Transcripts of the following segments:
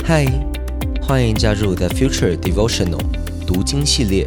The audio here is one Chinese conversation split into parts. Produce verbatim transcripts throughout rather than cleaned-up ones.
嗨，欢迎加入 The Future Devotional 读经系列。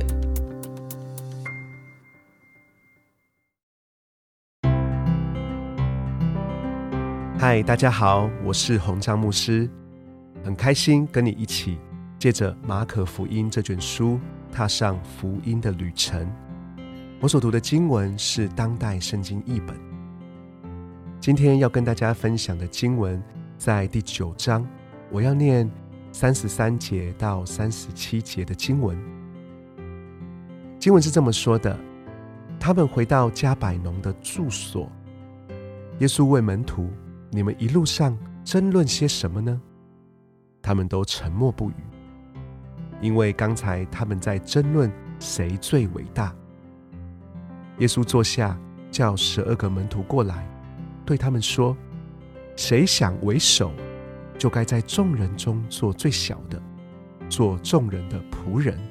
嗨，大家好，我是洪章牧师，很开心跟你一起借着马可福音这卷书踏上福音的旅程。我所读的经文是当代圣经译本。今天要跟大家分享的经文在第九章，我要念三十三节到三十七节的经文。经文是这么说的：他们回到加百农的住所，耶稣问门徒，你们一路上争论些什么呢？他们都沉默不语，因为刚才他们在争论谁最伟大。耶稣坐下，叫十二个门徒过来，对他们说，谁想为首，就该在众人中做最小的，做众人的仆人。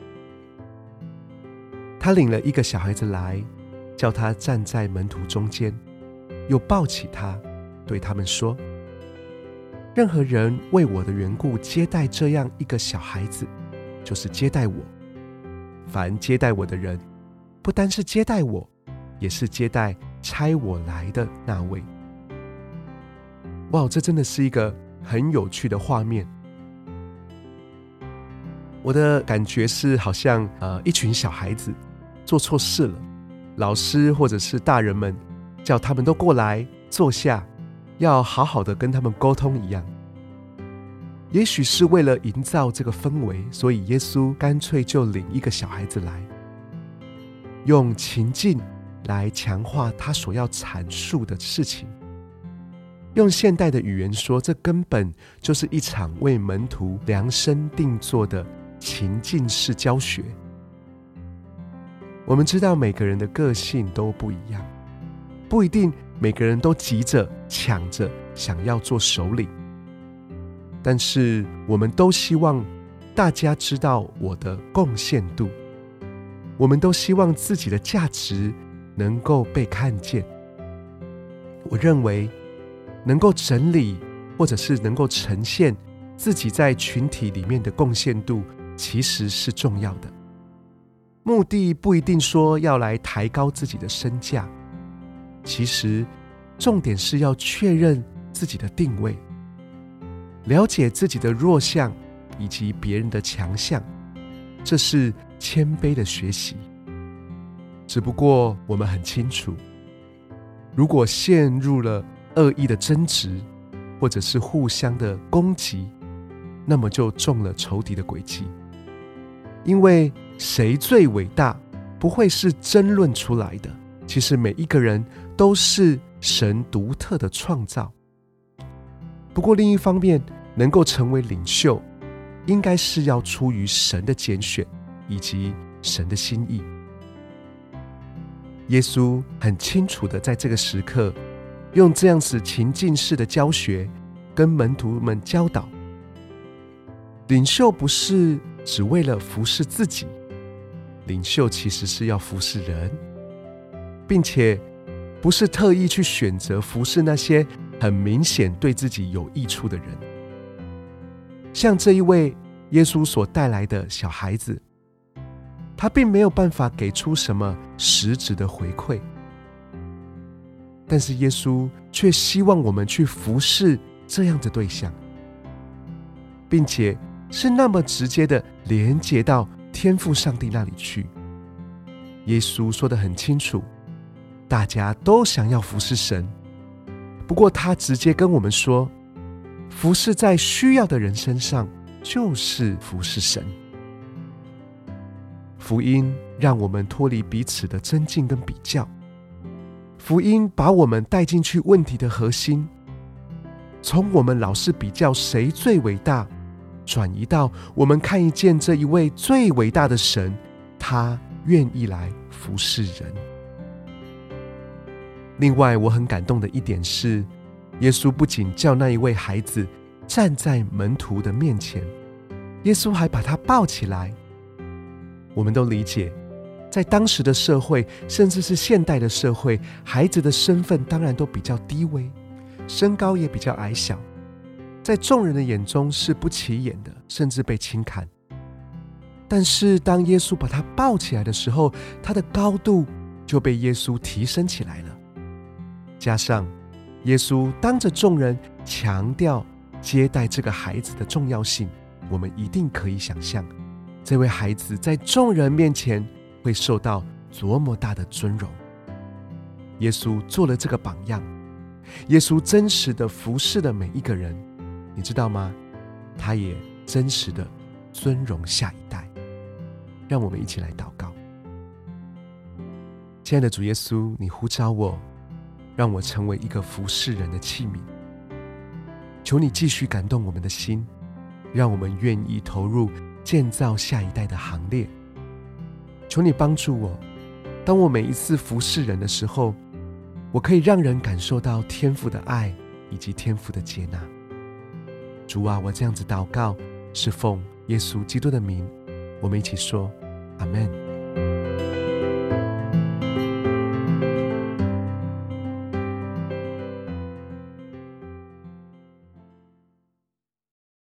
他领了一个小孩子来，叫他站在门徒中间，又抱起他，对他们说，任何人为我的缘故接待这样一个小孩子，就是接待我。凡接待我的人，不单是接待我，也是接待差我来的那位。哇，这真的是一个很有趣的画面。我的感觉是好像呃一群小孩子做错事了，老师或者是大人们叫他们都过来坐下，要好好的跟他们沟通一样。也许是为了营造这个氛围，所以耶稣干脆就领一个小孩子来，用情境来强化他所要阐述的事情。用现代的语言说，这根本就是一场为门徒量身定做的情境式教学。我们知道每个人的个性都不一样，不一定每个人都急着抢着想要做首领，但是我们都希望大家知道我的贡献度，我们都希望自己的价值能够被看见。我认为能够整理或者是能够呈现自己在群体里面的贡献度，其实是重要的。目的不一定说要来抬高自己的身价，其实重点是要确认自己的定位，了解自己的弱项以及别人的强项，这是谦卑的学习。只不过我们很清楚，如果陷入了恶意的争执，或者是互相的攻击，那么就中了仇敌的诡计。因为谁最伟大不会是争论出来的，其实每一个人都是神独特的创造。不过另一方面，能够成为领袖，应该是要出于神的拣选以及神的心意。耶稣很清楚的在这个时刻用这样子情境式的教学跟门徒们教导，领袖不是只为了服侍自己，领袖其实是要服侍人，并且不是特意去选择服侍那些很明显对自己有益处的人。像这一位耶稣所带来的小孩子，他并没有办法给出什么实质的回馈，但是耶稣却希望我们去服侍这样的对象，并且是那么直接的连接到天父上帝那里去。耶稣说得很清楚，大家都想要服侍神，不过他直接跟我们说，服侍在需要的人身上就是服侍神。福音让我们脱离彼此的争竞跟比较，福音把我们带进去问题的核心，从我们老是比较谁最伟大，转移到我们看一见这一位最伟大的神，他愿意来服侍人。另外我很感动的一点是，耶稣不仅叫那一位孩子站在门徒的面前，耶稣还把他抱起来。我们都理解，在当时的社会，甚至是现代的社会，孩子的身份当然都比较低微，身高也比较矮小， 在众人的眼中是不起眼的，甚至被轻看。但是当耶稣把他抱起来的时候，他的高度就被耶稣提升起来了。加上耶稣当着众人强调接待这个孩子的重要性，我们一定可以想象，这位孩子在众人面前会受到多么大的尊荣。耶稣做了这个榜样，耶稣真实的服侍了每一个人，你知道吗？他也真实的尊荣下一代。让我们一起来祷告。亲爱的主耶稣，你呼召我，让我成为一个服侍人的器皿。求你继续感动我们的心，让我们愿意投入建造下一代的行列。求你帮助我，当我每一次服侍人的时候，我可以让人感受到天父的爱以及天父的接纳。主啊，我这样子祷告，是奉耶稣基督的名，我们一起说阿们。